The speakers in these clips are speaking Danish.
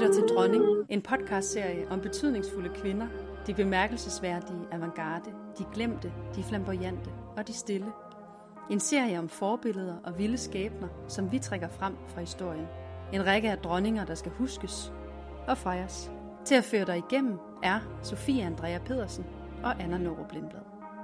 lytter til Dronning, en podcastserie om betydningsfulde kvinder, de bemærkelsesværdige avantgarde, de glemte, de flamboyante og de stille. En serie om forbilleder og vilde skæbner, som vi trækker frem fra historien. En række af dronninger, der skal huskes og fejres. Til at føre dig igennem er Sofie Andrea Pedersen og Anna Norup Lindblad.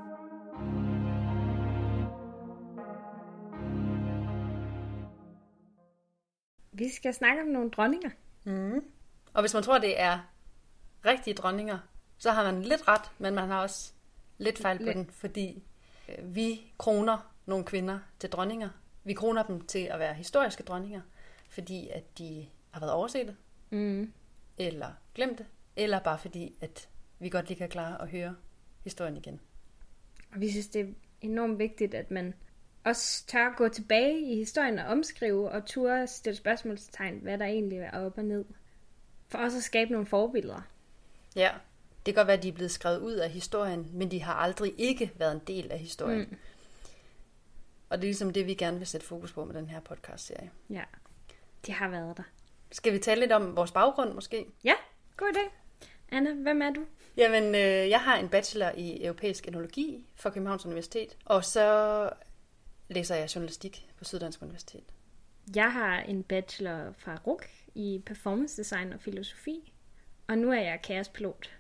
Vi skal snakke om nogle dronninger. Og hvis man tror, det er rigtige dronninger, så har man lidt ret, men man har også lidt fejl på den, fordi vi kroner nogle kvinder til dronninger. Vi kroner dem til at være historiske dronninger, fordi at de har været overset, eller glemte, eller bare fordi, at vi godt lige kan klare at høre historien igen. Og vi synes, det er enormt vigtigt, at man også tør gå tilbage i historien og omskrive, og turde stille spørgsmålstegn, hvad der egentlig er op og ned. For også at skabe nogle forbilleder. Ja, det kan godt være, at de er blevet skrevet ud af historien, men de har aldrig ikke været en del af historien. Og det er ligesom det, vi gerne vil sætte fokus på med den her podcast-serie. Ja, de har været der. Skal vi tale lidt om vores baggrund måske? Ja, god idé. Anna, hvem er du? Jamen, jeg har en bachelor i europæisk enologi fra Københavns Universitet, og så læser jeg journalistik på Syddansk Universitet. Jeg har en bachelor fra RUC i performance design og filosofi, og nu er jeg kaospilot.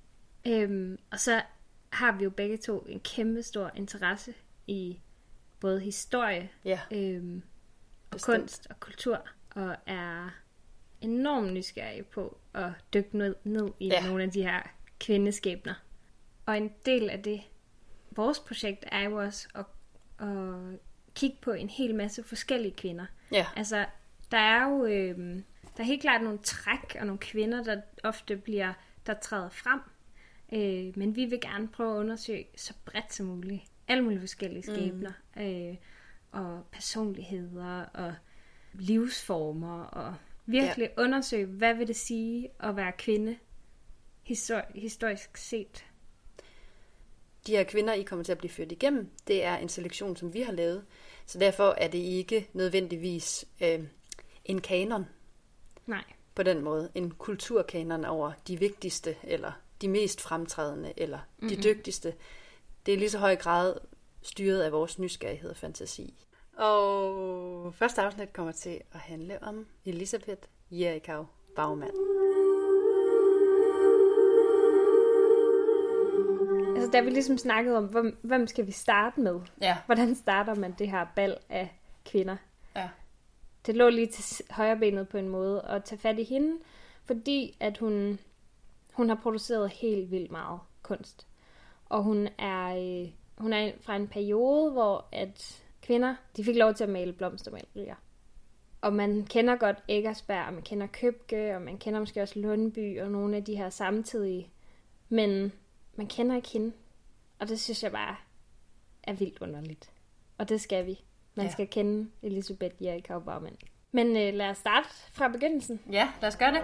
Og så har vi jo begge to en kæmpe stor interesse i både historie, og kunst og kultur, og er enormt nysgerrig på at dykke ned i nogle af de her kvindeskæbner. Og en del af det, vores projekt er jo også at kigge på en hel masse forskellige kvinder. Ja. Altså, der er jo der er helt klart nogle træk og nogle kvinder, der ofte der træder frem. Men vi vil gerne prøve at undersøge så bredt som muligt alle mulige forskellige skæbner, og personligheder og livsformer, og virkelig undersøge, hvad vil det sige at være kvinde historisk set. De her kvinder, I kommer til at blive ført igennem, det er en selektion, som vi har lavet. Så derfor er det ikke nødvendigvis en kanon. Nej. På den måde. En kulturkanon over de vigtigste, eller de mest fremtrædende, eller de dygtigste. Det er lige så høj grad styret af vores nysgerrighed og fantasi. Og første afsnit kommer til at handle om Elisabeth Jerichau Baumann. Altså, da vi ligesom snakkede om, hvem skal vi starte med? Ja. Hvordan starter man det her bal af kvinder? Ja. Det lå lige til højrebenet på en måde at tage fat i hende, fordi at hun har produceret helt vildt meget kunst. Og hun er fra en periode, hvor at kvinder, de fik lov til at male blomstermalerier. Og man kender godt Eckersberg, og man kender Købke, og man kender måske også Lundby, og nogle af de her samtidige. Men man kender ikke hende. Og det synes jeg bare er vildt underligt. Og det skal vi. Man skal kende Elisabeth Jerichau Baumann. Men lad os starte fra begyndelsen. Ja, lad os gøre det.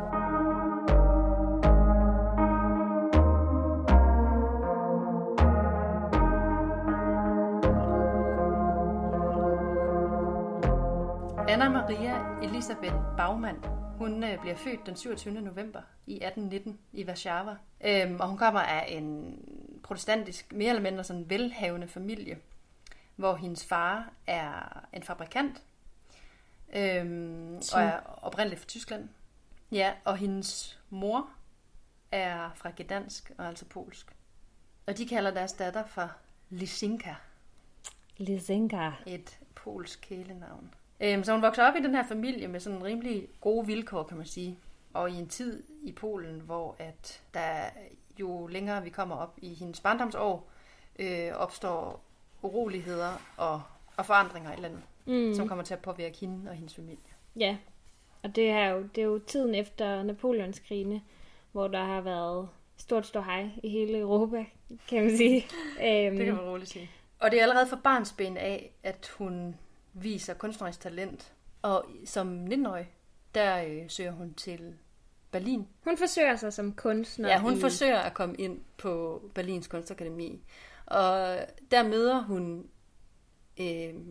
Anna Maria Elisabeth Baumann, hun bliver født den 27. november i 1819 i Warszawa. Og hun kommer af en protestantisk, mere eller mindre sådan velhavende familie, hvor hendes far er en fabrikant, og er oprindeligt fra Tyskland. Ja, og hendes mor er fra Gdansk og altså polsk. Og de kalder deres datter for Lisinka. Lisinka. Et polsk kælenavn. Så hun vokser op i den her familie med sådan rimelig gode vilkår, kan man sige. Og i en tid i Polen, hvor at der jo længere vi kommer op i hendes barndomsår, opstår uroligheder og forandringer i landet, som kommer til at påvirke hende og hendes familie. Ja, og det er jo tiden efter Napoleonskrigene, hvor der har været stort ståhej i hele Europa, kan man sige. Det kan man roligt sige. Og det er allerede fra barnsben af, at hun viser kunstnerisk talent. Og som 19-årig, der søger hun til Berlin. Hun forsøger sig som kunstner. Ja, hun forsøger at komme ind på Berlins Kunstakademi. Og der møder hun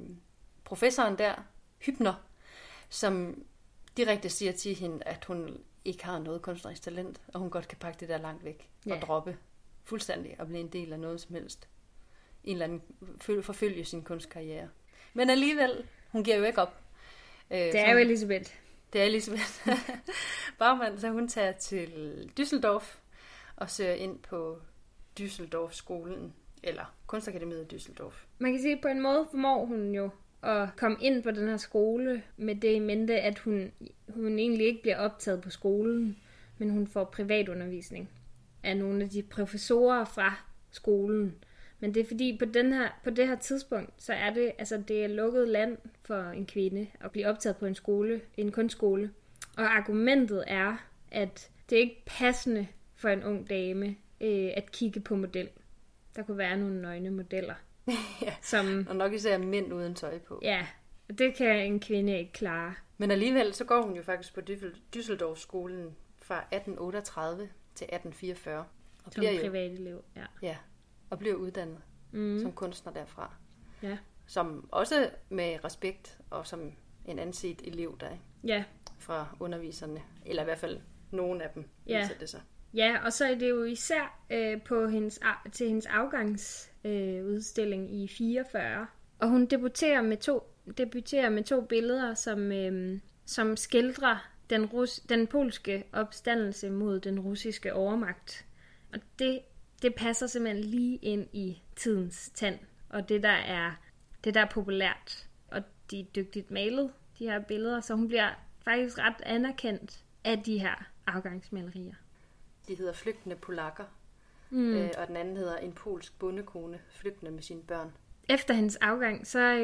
professoren der, Hübner, som direkte siger til hende, at hun ikke har noget kunstnerisk talent, og hun godt kan pakke det der langt væk og droppe fuldstændig og blive en del af noget som helst. En eller anden forfølge sin kunstkarriere. Men alligevel, hun giver jo ikke op. Det er jo Elisabeth. Det er Elisabeth Baumann, så hun tager til Düsseldorf og søger ind på Düsseldorf-skolen, eller Kunstakademiet Düsseldorf. Man kan sige, at på en måde formår hun jo at komme ind på den her skole med det i mente, at hun egentlig ikke bliver optaget på skolen, men hun får privatundervisning af nogle af de professorer fra skolen. Men det er fordi, på det her tidspunkt, så er det er lukket land for en kvinde at blive optaget på en kunstskole. Og argumentet er, at det er ikke passende for en ung dame at kigge på model. Der kunne være nogle nøgne modeller. Og nok især mænd uden tøj på. Ja, og det kan en kvinde ikke klare. Men alligevel så går hun jo faktisk på Düsseldorf-skolen fra 1838 til 1844. Og som privatelev, ja. Ja, og bliver uddannet som kunstner derfra. Ja. Som også med respekt og som en anset elev der, ikke? Ja. Fra underviserne, eller i hvert fald nogen af dem, viser det sig. Ja, og så er det jo især til hendes afgangsudstilling i 44. Og hun debuterer med to billeder, som skildrer den polske opstandelse mod den russiske overmagt. Og det passer simpelthen lige ind i tidens tand, og det der er populært. Og de er dygtigt malet, de her billeder, så hun bliver faktisk ret anerkendt af de her afgangsmalerier. De hedder Flygtende polakker, og den anden hedder En polsk bondekone, flygtende med sine børn. Efter hendes afgang,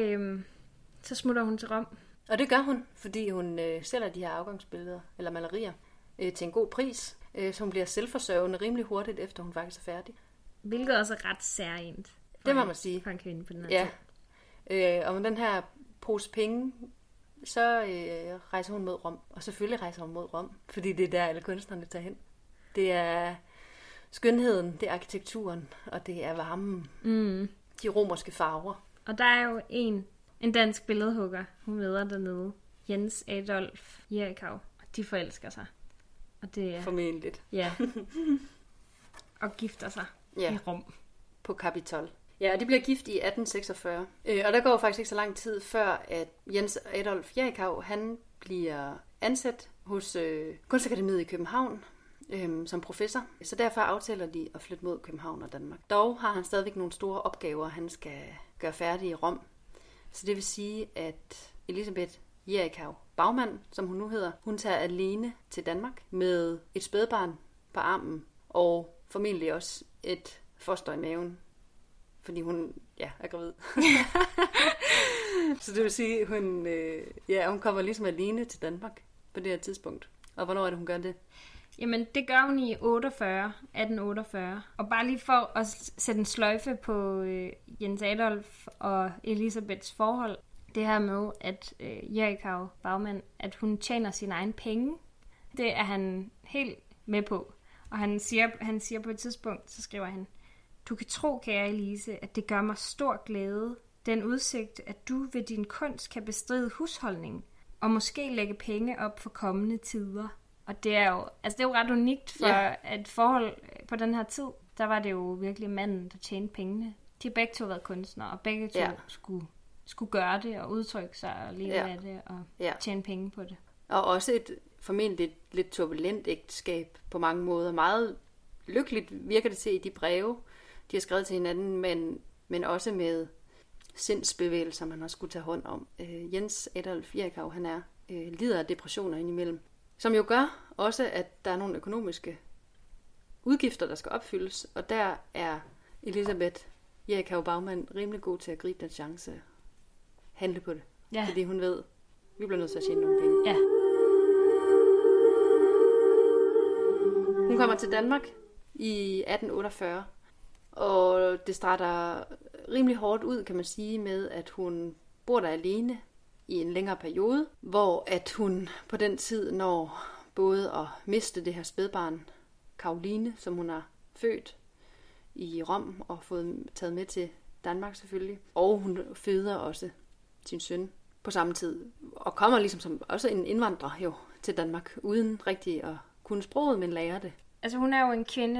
så smutter hun til Rom. Og det gør hun, fordi hun sælger de her afgangsbilleder, eller malerier, til en god pris, så hun bliver selvforsørgende rimelig hurtigt, efter hun faktisk er færdig. Hvilket også er ret særegent. Det må man sige. For en kvinde på den her tid. Og med den her pose penge, så rejser hun mod Rom. Og selvfølgelig rejser hun mod Rom, fordi det er der, alle kunstnerne tager hen. Det er skønheden, det er arkitekturen, og det er varmen. De romerske farver. Og der er jo en dansk billedhugger, hun møder dernede. Jens Adolf Jerichau. Og de forelsker sig. Og det er formentligt. Ja. Og gifter sig i Rom. På Kapitol. Ja, og de bliver gift i 1846. Og der går faktisk ikke så lang tid før, at Jens Adolf Jerichau, han bliver ansat hos Kunstakademiet i København som professor. Så derfor aftaler de at flytte mod København og Danmark. Dog har han stadigvæk nogle store opgaver, han skal gøre færdige i Rom. Så det vil sige, at Elisabeth Jerichau Baumann, som hun nu hedder, hun tager alene til Danmark med et spædbarn på armen, og formentlig også et foster i maven, fordi hun er gravid. Så det vil sige, at hun kommer ligesom alene til Danmark på det her tidspunkt. Og hvornår er det, hun gør det? Jamen, det gør hun i 1848. Og bare lige for at sætte en sløjfe på Jens Adolf og Elisabeths forhold, det her med, at Jerichau Baumann, at hun tjener sine egne penge, det er han helt med på. Og han siger på et tidspunkt, så skriver han, du kan tro, kære Elise, at det gør mig stor glæde, den udsigt, at du ved din kunst kan bestride husholdningen, og måske lægge penge op for kommende tider. Og det er jo ret unikt for et forhold på den her tid. Der var det jo virkelig manden, der tjente pengene. De har begge to været kunstnere, og begge to skulle gøre det og udtrykke sig og leve af det og tjene penge på det. Og også et formentlig lidt turbulent ægteskab på mange måder. Meget lykkeligt virker det til i de breve, de har skrevet til hinanden, men også med sindsbevægelser, man har skulle tage hånd om. Jens Adolf Jerichau, han lider af depressioner indimellem, som jo gør også, at der er nogle økonomiske udgifter, der skal opfyldes, og der er Elisabeth Jerichau Baumann rimelig god til at gribe den chance og handle på det. Ja. Fordi hun ved, vi bliver nødt til at tjene nogle penge. Ja. Hun kommer til Danmark i 1848, og det starter rimelig hårdt ud, kan man sige, med at hun bor der alene i en længere periode, hvor at hun på den tid når både at miste det her spædbarn, Caroline, som hun har født i Rom og fået taget med til Danmark selvfølgelig, og hun føder også sin søn på samme tid, og kommer ligesom som også en indvandrer jo til Danmark, uden rigtig at kunne sproget, men lære det. Altså hun er jo en kvinde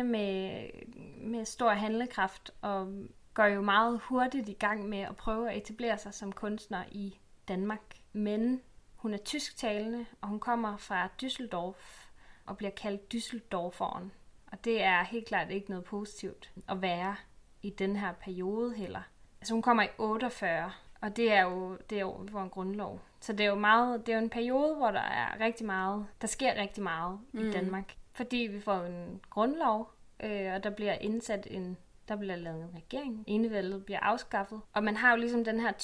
med stor handlekraft, og går jo meget hurtigt i gang med at prøve at etablere sig som kunstner i Danmark. Men hun er tysktalende, og hun kommer fra Düsseldorf og bliver kaldt Düsseldorferen. Og det er helt klart ikke noget positivt at være i den her periode heller. Altså hun kommer i 48, og det er jo for en grundlov. Så det er jo en periode, hvor der sker rigtig meget i Danmark. Fordi vi får en grundlov, og der bliver lavet en regering. Enevældet bliver afskaffet. Og man har jo ligesom den her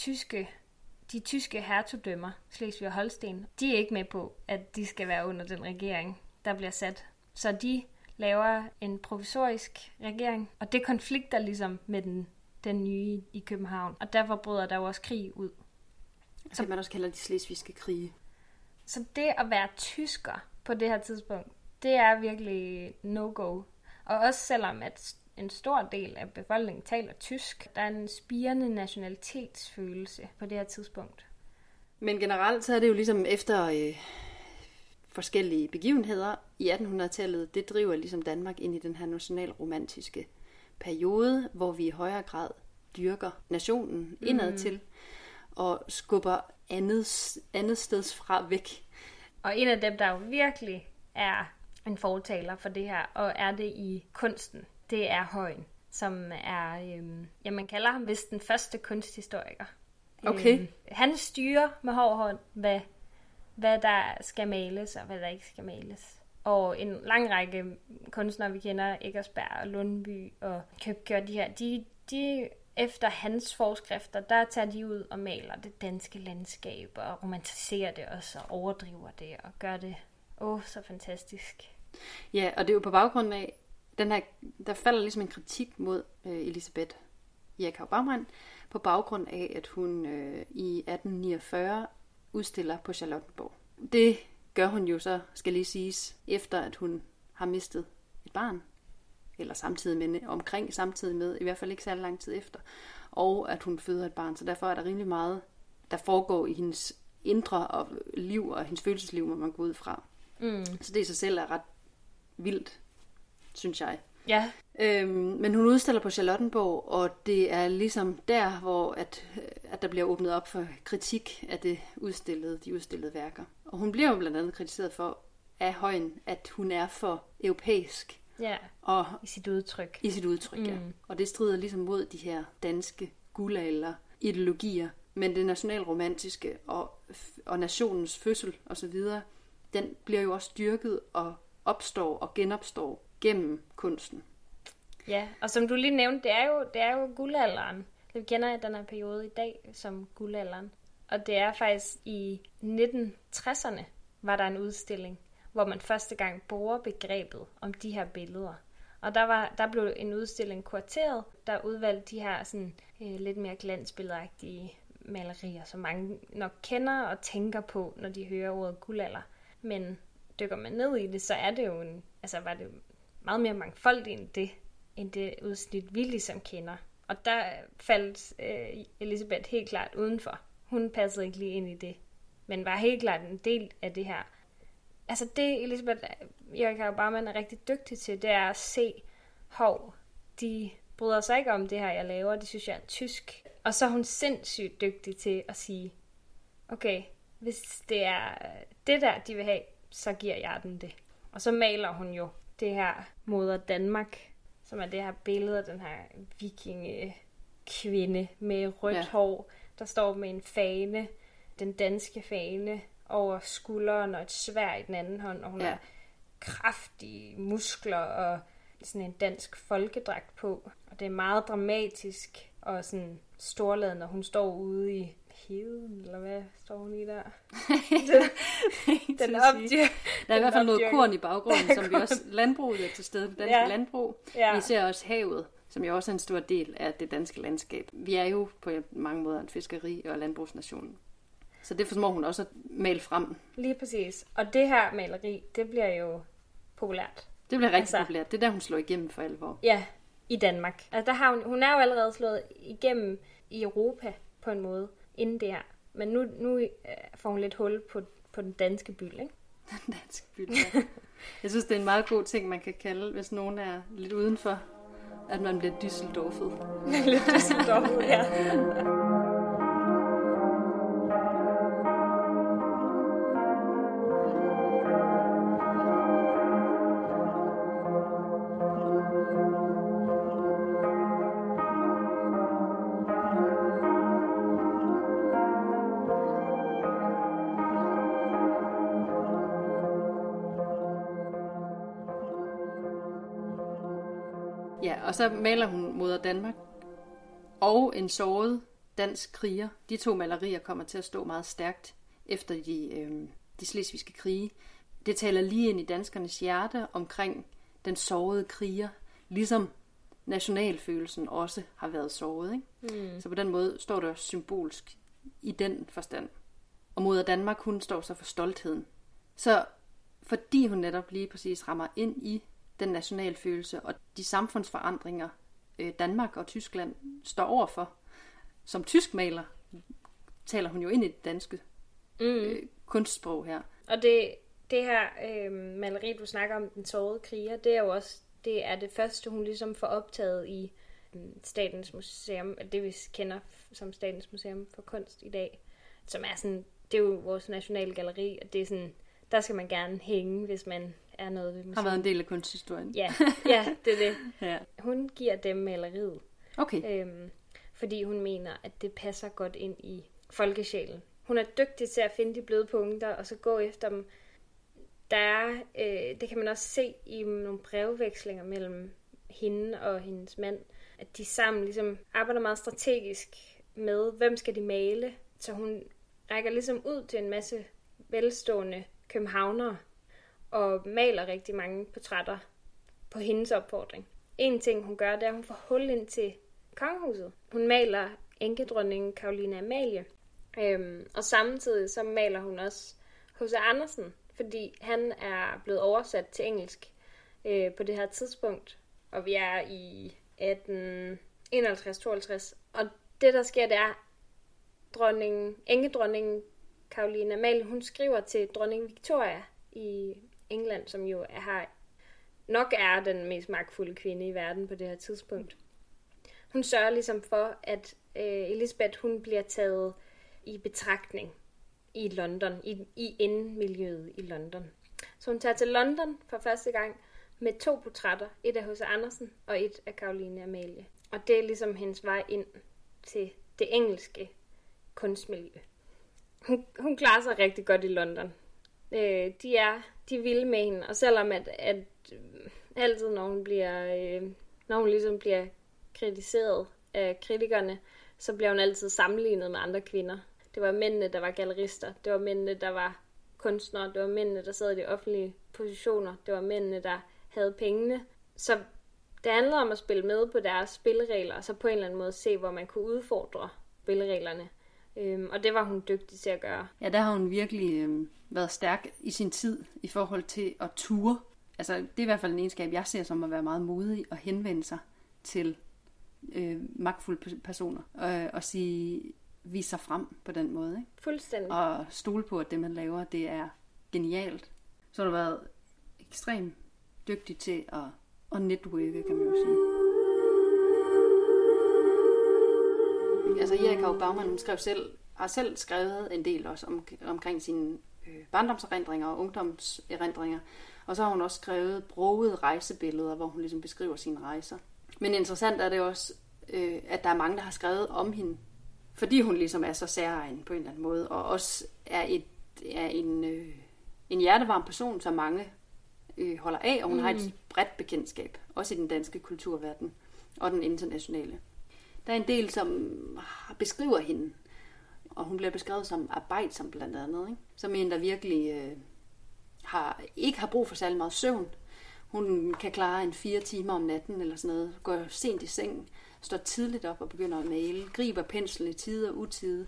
de tyske hertugdømmer, Slesvig og Holsten, de er ikke med på, at de skal være under den regering, der bliver sat. Så de laver en provisorisk regering, og det konflikter ligesom med den nye i København. Og derfor bryder der jo også krig ud. Som man også kalder de slesvigske krige. Så det at være tysker på det her tidspunkt, det er virkelig no-go. Og også selvom at en stor del af befolkningen taler tysk, der er en spirende nationalitetsfølelse på det her tidspunkt. Men generelt så er det jo ligesom efter forskellige begivenheder i 1800-tallet, det driver ligesom Danmark ind i den her nationalromantiske periode, hvor vi i højere grad dyrker nationen indad til og skubber andet steds fra væk. Og en af dem, der jo virkelig er en fortaler for det her, og er det i kunsten, det er Højen, som er, man kalder ham vist den første kunsthistoriker. Okay. Han styrer med hård hånd, hvad der skal males og hvad der ikke skal males. Og en lang række kunstnere, vi kender, Eckersberg og Lundby og Købke og de her, de efter hans forskrifter, der tager de ud og maler det danske landskab og romantiserer det også og overdriver det og gør det så fantastisk. Ja, og det er jo på baggrund af, der falder ligesom en kritik mod Elisabeth Jerichau Baumann, på baggrund af, at hun i 1849 udstiller på Charlottenborg. Det gør hun jo så, skal lige siges, efter at hun har mistet et barn, eller omkring samtidig med, i hvert fald ikke særlig lang tid efter, og at hun føder et barn. Så derfor er der rimelig meget, der foregår i hendes indre liv og hendes følelsesliv, må man gå ud fra. Så det i sig selv er ret vildt, synes jeg. Ja. Men hun udstiller på Charlottenborg, og det er ligesom der, hvor at der bliver åbnet op for kritik af de udstillede værker. Og hun bliver jo blandt andet kritiseret for af Højen, at hun er for europæisk. Ja, og i sit udtryk. Ja. Og det strider ligesom mod de her danske guldalder ideologier. Men det nationalromantiske og nationens fødsel osv., den bliver jo også dyrket og opstår og genopstår gennem kunsten. Ja, og som du lige nævnte, det er jo guldalderen. Vi kender den her periode i dag som guldalderen. Og det er faktisk i 1960'erne var der en udstilling, hvor man første gang bruger begrebet om de her billeder. Og der blev en udstilling kurateret, der udvalgte de her sådan, lidt mere glansbilledagtige malerier, som mange nok kender og tænker på, når de hører ordet guldalder. Men dykker man ned i det, så er det jo var det meget mere mangfoldigt end det udsnit, vi ligesom kender. Og der faldt Elisabeth helt klart udenfor. Hun passede ikke lige ind i det, men var helt klart en del af det her. Altså det, Elisabeth Jerichau Baumann er rigtig dygtig til, det er at se, de bryder sig ikke om det her, jeg laver, det synes jeg er tysk. Og så er hun sindssygt dygtig til at sige, okay, hvis det er det der, de vil have, så giver jeg dem det. Og så maler hun jo det her moder Danmark, som er det her billede af den her vikingekvinde med rødt hår, der står med en fane, den danske fane, over skulderen og et sværd i den anden hånd, og hun har kraftige muskler og sådan en dansk folkedragt på. Og det er meget dramatisk og sådan storladen, når hun står ude i heden, eller hvad står hun i der? Den der er i hvert fald noget korn i baggrunden, som vi også, landbruget er til stede, det danske landbrug. Ja. Vi ser også havet, som jo også er en stor del af det danske landskab. Vi er jo på mange måder en fiskeri- og landbrugsnation. Så det formår hun også at male frem. Lige præcis. Og det her maleri, det bliver jo populært. Det bliver rigtig populært. Det er der, hun slår igennem for alvor. Ja, i Danmark. Altså, der har hun er jo allerede slået igennem i Europa på en måde, inden det her. Men nu får hun lidt hul på den danske byld, ikke? Den danske byttehat. Jeg synes, det er en meget god ting, man kan kalde, hvis nogen er lidt udenfor, at man bliver Düsseldorfet. Lidt Düsseldorfet, ja. Ja, og så maler hun Moder Danmark og en såret dansk kriger. De to malerier kommer til at stå meget stærkt efter de slesvigske krige. Det taler lige ind i danskernes hjerte omkring den sårede kriger, ligesom nationalfølelsen også har været såret. Ikke? Så på den måde står det også symbolsk i den forstand. Og Moder Danmark, hun står så for stoltheden. Så fordi hun netop lige præcis rammer ind i den nationalfølelse og de samfundsforandringer, Danmark og Tyskland står overfor. Som tyskmaler taler hun jo ind i det danske kunstsprog her. Og det her maleri, du snakker om, den sårede kriger, det er jo også det første, hun ligesom får optaget i Statens Museum, det vi kender som Statens Museum for Kunst i dag, som er sådan, det er jo vores nationale galleri, og det er sådan, der skal man gerne hænge, hvis man er noget ved museet. Har været en del af kunsthistorien. Ja, det er det. Ja. Hun giver dem maleriet. Okay. Fordi hun mener, at det passer godt ind i folkesjælen. Hun er dygtig til at finde de bløde punkter, og så gå efter dem. Der er, det kan man også se i nogle brevvekslinger mellem hende og hendes mand, at de sammen ligesom arbejder meget strategisk med, hvem skal de male. Så hun rækker ligesom ud til en masse velstående københavnere, og maler rigtig mange portrætter på hendes opfordring. En ting, hun gør, det er, at hun får hul ind til kongehuset. Hun maler enkedronningen Caroline Amalie, og samtidig så maler hun også H.C. Andersen, fordi han er blevet oversat til engelsk på det her tidspunkt, og vi er i 1851-52. Og det, der sker, det er, enkedronningen Caroline Amalie, hun skriver til dronning Victoria i England, som jo nok er den mest magtfulde kvinde i verden på det her tidspunkt. Hun sørger ligesom for, at Elisabeth, hun bliver taget i betragtning i London, i indmiljøet i London. Så hun tager til London for første gang med 2 portrætter, et af H.C. Andersen og et af Caroline Amalie. Og det er ligesom hendes vej ind til det engelske kunstmiljø. Hun klarer sig rigtig godt i London. De er vilde med hende, og selvom at altid, når hun ligesom bliver kritiseret af kritikerne, så bliver hun altid sammenlignet med andre kvinder. Det var mændene, der var gallerister. Det var mændene, der var kunstnere. Det var mændene, der sad i de offentlige positioner. Det var mændene, der havde pengene. Så det handlede om at spille med på deres spilleregler, og så på en eller anden måde se, hvor man kunne udfordre spillereglerne. Og det var hun dygtig til at gøre. Ja, der har hun virkelig været stærk i sin tid i forhold til at ture. Altså, det er i hvert fald en egenskab, jeg ser som at være meget modig og henvende sig til magtfulde personer. Og vise sig frem på den måde. Ikke? Fuldstændig. Og stole på, at det, man laver, det er genialt. Så har du været ekstremt dygtig til at networke, kan man jo sige. Altså Erik Haug Baumann, hun har selv skrevet en del også omkring sine barndomserindringer og ungdomserindringer. Og så har hun også skrevet brogede rejsebilleder, hvor hun ligesom beskriver sine rejser. Men interessant er det også, at der er mange, der har skrevet om hende, fordi hun ligesom er så særegen på en eller anden måde, og også er en hjertevarm person, som mange holder af, og hun har et bredt bekendtskab, også i den danske kulturverden og den internationale. Der er en del, som beskriver hende, og hun bliver beskrevet som arbejdsom blandt andet, ikke? Som en, der virkelig ikke har brug for særlig meget søvn. Hun kan klare en 4 timer om natten eller sådan noget, går sent i seng, står tidligt op og begynder at male, griber penslen i tide og utide,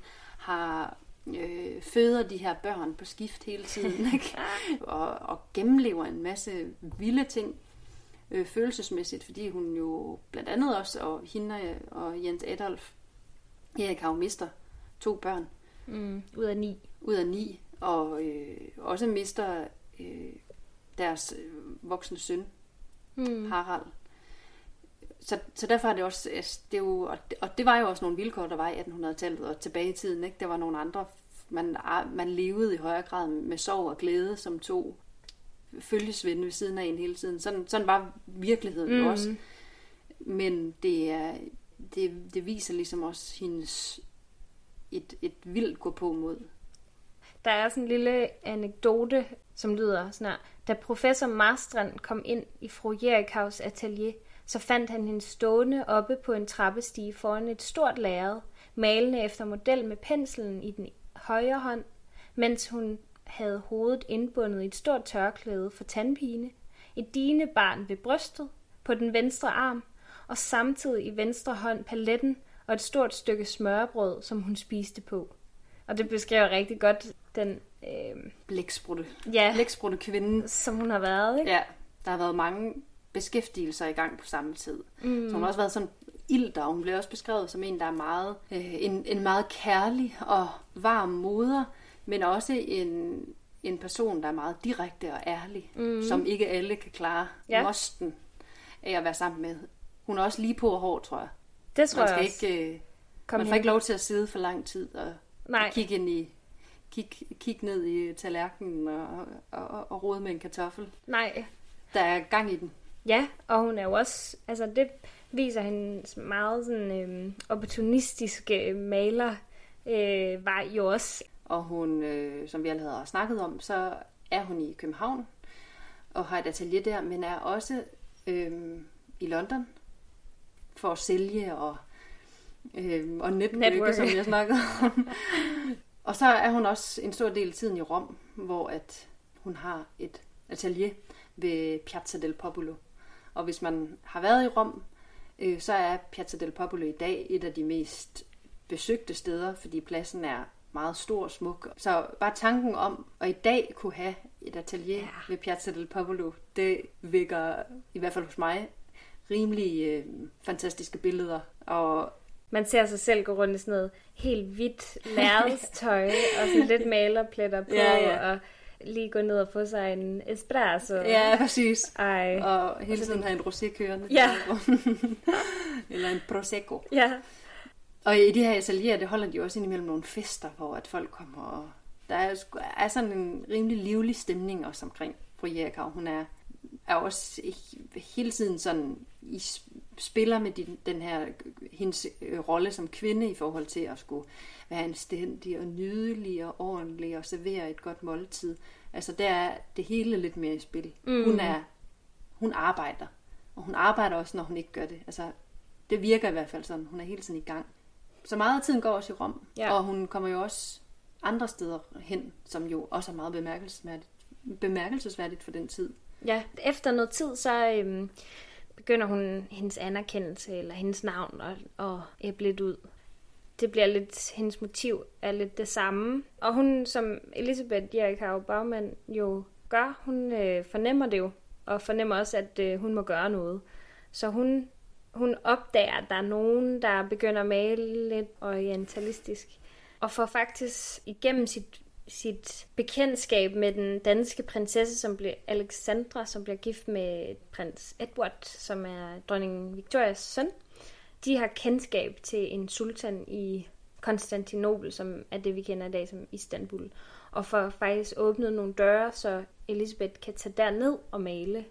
føder de her børn på skift hele tiden, ikke? og gennemlever en masse vilde ting følelsesmæssigt, fordi hun jo blandt andet også, og hende og Jens Adolf, Erik Haug mister 2 børn. Ud af 9. Ud af 9, og også mister deres voksne søn, Harald. Så derfor er det også, det er jo, og det var jo også nogle vilkår, der var i 1800-tallet og tilbage i tiden, ikke? Der var nogle andre, man levede i højere grad med sorg og glæde, som to følgesvende ved siden af en hele tiden. Sådan var virkeligheden jo også. Men det viser ligesom også hendes et vildt gå på mod. Der er sådan en lille anekdote, som lyder sådan her. Da professor Marstrand kom ind i fru Jerikaus atelier, så fandt han hende stående oppe på en trappestige foran et stort lærred, malende efter model med penslen i den højre hånd, mens hun havde hovedet indbundet i et stort tørklæde for tandpine, et digende barn ved brystet, på den venstre arm, og samtidig i venstre hånd paletten og et stort stykke smørbrød, som hun spiste på. Og det beskriver rigtig godt den blæksprutte kvinde, som hun har været, ikke? Ja, der har været mange beskæftigelser i gang på samme tid. Så hun har også været sådan ilter, og hun bliver også beskrevet som en, der er meget, en meget kærlig og varm moder, men også en person, der er meget direkte og ærlig, som ikke alle kan klare mosten af at være sammen med. Hun er også lige på og hård, tror jeg. Det tror jeg også. Man får ikke lov til at sidde for lang tid og kigge ned i tallerkenen og rode med en kartoffel. Nej. Der er gang i den. Ja, og hun er jo også, altså det viser hendes meget sådan opportunistiske maler var jo også. Og hun, som vi allerede har snakket om, så er hun i København og har et atelier der, men er også i London for at sælge og network, som jeg snakkede om. Og så er hun også en stor del af tiden i Rom, hvor at hun har et atelier ved Piazza del Popolo. Og hvis man har været i Rom, så er Piazza del Popolo i dag et af de mest besøgte steder, fordi pladsen er meget stor og smuk. Så bare tanken om at i dag kunne have et atelier ved Piazza del Popolo, det vækker i hvert fald hos mig rimelig fantastiske billeder. Og man ser sig selv gå rundt i sådan noget helt hvidt lærredstøj og sådan lidt malerpletter på og lige gå ned og få sig en espresso. Ja, præcis. Ej. Og hele tiden have en rosé kørende. Ja. Eller en prosecco. Ja. Og i de her atelier, det holder de også indimellem nogle fester, hvor at folk kommer og der er sådan en rimelig livlig stemning også omkring fru Jerikau. Hun er også hele tiden sådan i spiller med den her hendes rolle som kvinde i forhold til at skulle være anstændig og nydelig og ordentlig og servere et godt måltid. Altså der er det hele lidt mere i spil. Hun arbejder, og hun arbejder også, når hun ikke gør det. Altså det virker i hvert fald sådan. Hun er hele tiden i gang. Så meget af tiden går også i Rom, og hun kommer jo også andre steder hen, som jo også er meget bemærkelsesværdigt for den tid. Ja, efter noget tid, så begynder hun hendes anerkendelse eller hendes navn at æble lidt ud. Det bliver lidt, hendes motiv er lidt det samme. Og hun, som Elisabeth Jerikau Baumann jo gør, hun fornemmer det jo, og fornemmer også, at hun må gøre noget. Så hun opdager, at der er nogen, der begynder at male lidt orientalistisk, og får faktisk igennem sit bekendtskab med den danske prinsesse, som blev Alexandra, som bliver gift med prins Edward, som er dronning Victorias søn. De har kendskab til en sultan i Konstantinopel, som er det, vi kender i dag som Istanbul. Og får faktisk åbnet nogle døre, så Elisabeth kan tage derned og male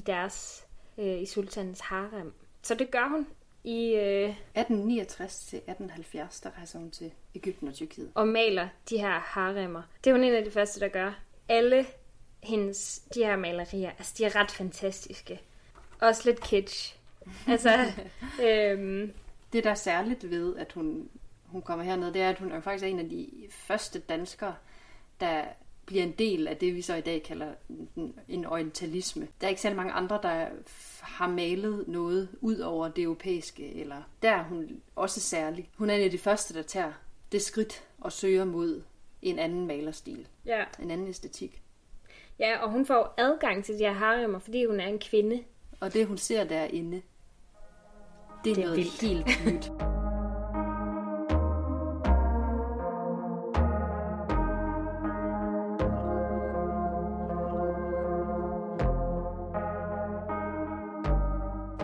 i sultanens harem. Så det gør hun i 1869 til 1870, der rejser hun til Egypten og Tyrkiet. Og maler de her haremmer. Det er hun en af de første, der gør. Alle de her malerier, altså de er ret fantastiske. Også lidt kitsch. Altså, det der er særligt ved, at hun kommer herned, det er, at hun er faktisk en af de første danskere, der bliver en del af det, vi så i dag kalder en orientalisme. Der er ikke særlig mange andre, der har malet noget ud over det europæiske, eller der er hun også særlig. Hun er en af de første, der tager det skridt og søger mod en anden malerstil. Ja. En anden æstetik. Ja, og hun får adgang til de her haremmer, fordi hun er en kvinde. Og det, hun ser derinde, det er noget vildt. Helt nyt.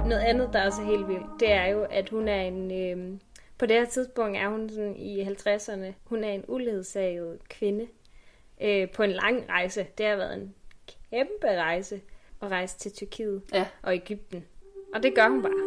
Noget andet, der også er helt vildt, det er jo, at hun er en... på det her tidspunkt er hun sådan i 50'erne. Hun er en uledsaget kvinde på en lang rejse. Det har været en kæmpe rejse at rejse til Tyrkiet og Egypten. Og det gør hun bare.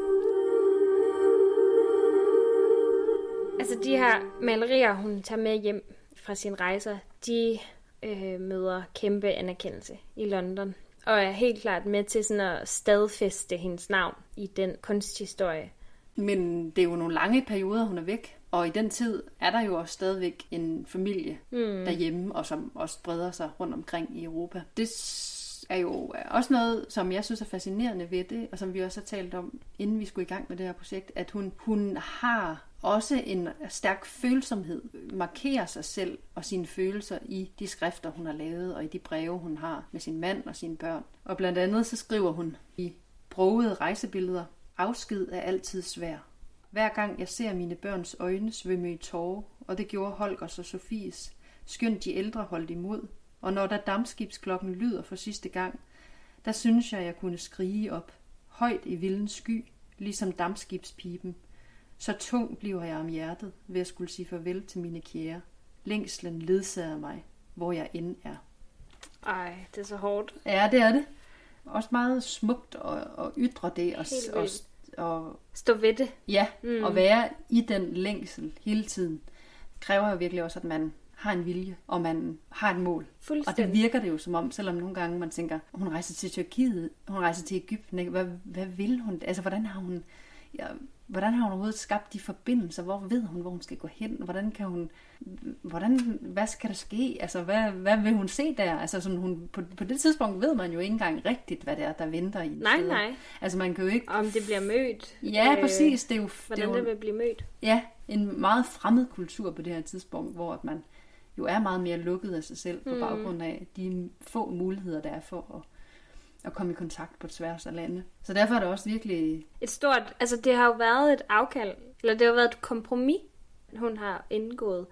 Altså de her malerier, hun tager med hjem fra sine rejser, de møder kæmpe anerkendelse i London. Og er helt klart med til sådan at stadfæste hendes navn i den kunsthistorie. Men det er jo nogle lange perioder, hun er væk. Og i den tid er der jo også stadigvæk en familie derhjemme, og som også breder sig rundt omkring i Europa. Det er jo også noget, som jeg synes er fascinerende ved det, og som vi også har talt om, inden vi skulle i gang med det her projekt, at hun har også en stærk følsomhed, markerer sig selv og sine følelser i de skrifter, hun har lavet, og i de breve, hun har med sin mand og sine børn. Og blandt andet så skriver hun i brogede rejsebilleder: afsked er altid svær. Hver gang jeg ser mine børns øjne svømme i tårer, og det gjorde Holgers og Sofies, skønt de ældre holdt imod, og når der dampskibsklokken lyder for sidste gang, der synes jeg kunne skrige op, højt i vildens sky, ligesom dampskibspipen. Så tung bliver jeg om hjertet, ved at skulle sige farvel til mine kære. Længslen ledsager mig, hvor jeg end er. Ej, det er så hårdt. Ja, det er det. Også meget smukt at ytre det og stå ved det. Ja, og være i den længsel hele tiden, kræver jo virkelig også, at man har en vilje, og man har et mål. Og det virker det jo som om, selvom nogle gange man tænker, hun rejser til Tyrkiet, hun rejser til Egypten, ikke? Hvad vil hun? Altså, hvordan har hun overhovedet skabt de forbindelser? Hvor ved hun, hvor hun skal gå hen? Hvad skal der ske? Altså, hvad vil hun se der? Altså, sådan, hun, på det tidspunkt ved man jo ikke engang rigtigt, hvad det er, der venter i en sted. Nej. Altså, man kan jo ikke... Om det bliver mødt. Ja, præcis. Det er jo, hvordan det vil blive mødt. Ja, en meget fremmed kultur på det her tidspunkt, hvor man jo er meget mere lukket af sig selv på baggrund af de få muligheder, der er for at komme i kontakt på tværs af lande. Så derfor er det også virkelig... Et stort... Altså, det har jo været et afkald, eller det har jo været et kompromis, hun har indgået,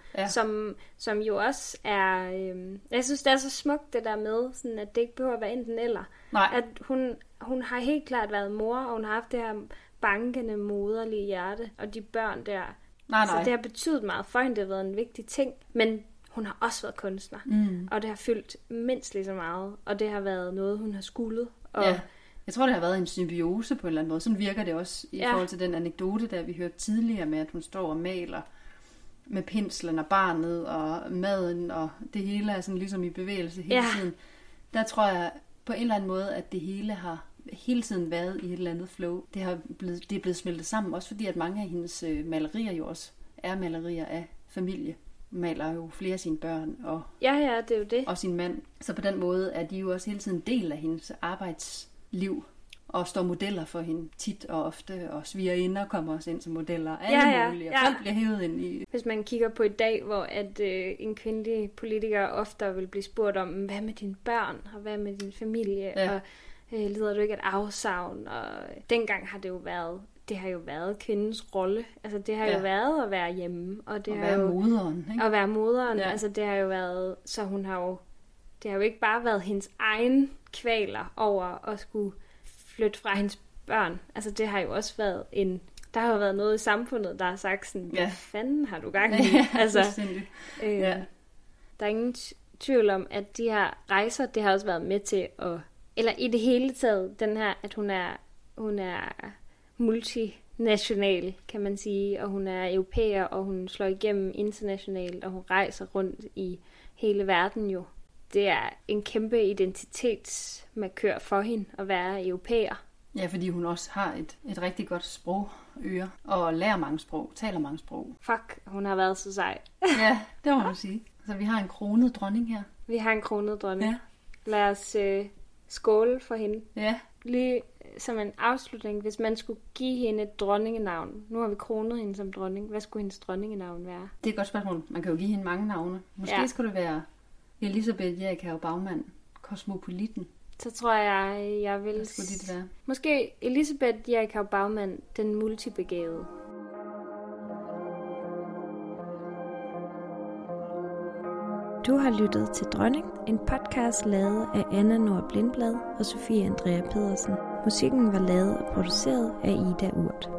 som jo også er... jeg synes, det er så smukt, det der med, sådan at det ikke behøver at være enten eller. Nej. At hun har helt klart været mor, og hun har haft det her bankende, moderlige hjerte, og de børn der. Nej. Så det har betydet meget for hende, det har været en vigtig ting, men hun har også været kunstner, og det har fyldt mindst lige så meget, og det har været noget, hun har skullet. Og... Ja, jeg tror, det har været en symbiose på en eller anden måde. Sådan virker det også i forhold til den anekdote, der vi hørte tidligere med, at hun står og maler med penslen og barnet og maden, og det hele er sådan ligesom i bevægelse hele tiden. Der tror jeg på en eller anden måde, at det hele har hele tiden været i et eller andet flow. Det er blevet smeltet sammen, også fordi at mange af hendes malerier jo også er malerier af familie. Maler jo flere af sine børn og, det er jo det. Og sin mand. Så på den måde er de jo også hele tiden en del af hendes arbejdsliv og står modeller for hende tit og ofte, og svigerinder kommer også ind som modeller. Alle mulige, og folk bliver hævet ind i... Hvis man kigger på i dag, hvor at en kvindelig politiker ofte vil blive spurgt om, hvad med dine børn, og hvad med din familie, og lider du ikke et afsavn, og dengang har det jo været... Det har jo været kvindens rolle. Altså, det har jo været at være hjemme. Og det at har være jo, moderen. Ikke? At være moderen. Altså, det har jo været... Så hun har jo... Det har jo ikke bare været hendes egen kvaler over at skulle flytte fra hendes børn. Altså, det har jo også været en... Der har jo været noget i samfundet, der har sagt sådan, hvad fanden har du gang i? Altså, der er ingen tvivl om, at de her rejser, det har også været med til at... Eller i det hele taget, den her, at hun er multinational, kan man sige, og hun er europæer, og hun slår igennem internationalt, og hun rejser rundt i hele verden jo. Det er en kæmpe identitetsmarkør for hende at være europæer. Ja, fordi hun også har et rigtig godt sprogøre, og lærer mange sprog, taler mange sprog. Fuck, hun har været så sej. Ja, det må man sige. Så vi har en kronet dronning her. Vi har en kronet dronning. Ja. Lad os skåle for hende. Ja. Lige som en afslutning, hvis man skulle give hende et dronningenavn. Nu har vi kronet hende som dronning. Hvad skulle hendes dronningenavn være? Det er et godt spørgsmål. Man kan jo give hende mange navne. Måske skulle det være Elisabeth Erikau Baumann, Kosmopolitten. Så tror jeg vil... Hvad skulle det være? Måske Elisabeth Erikau Baumann, den multibegavede. Du har lyttet til Dronning, en podcast lavet af Anna Nord Blindblad og Sofie Andrea Pedersen. Musikken var lavet og produceret af Ida Urt.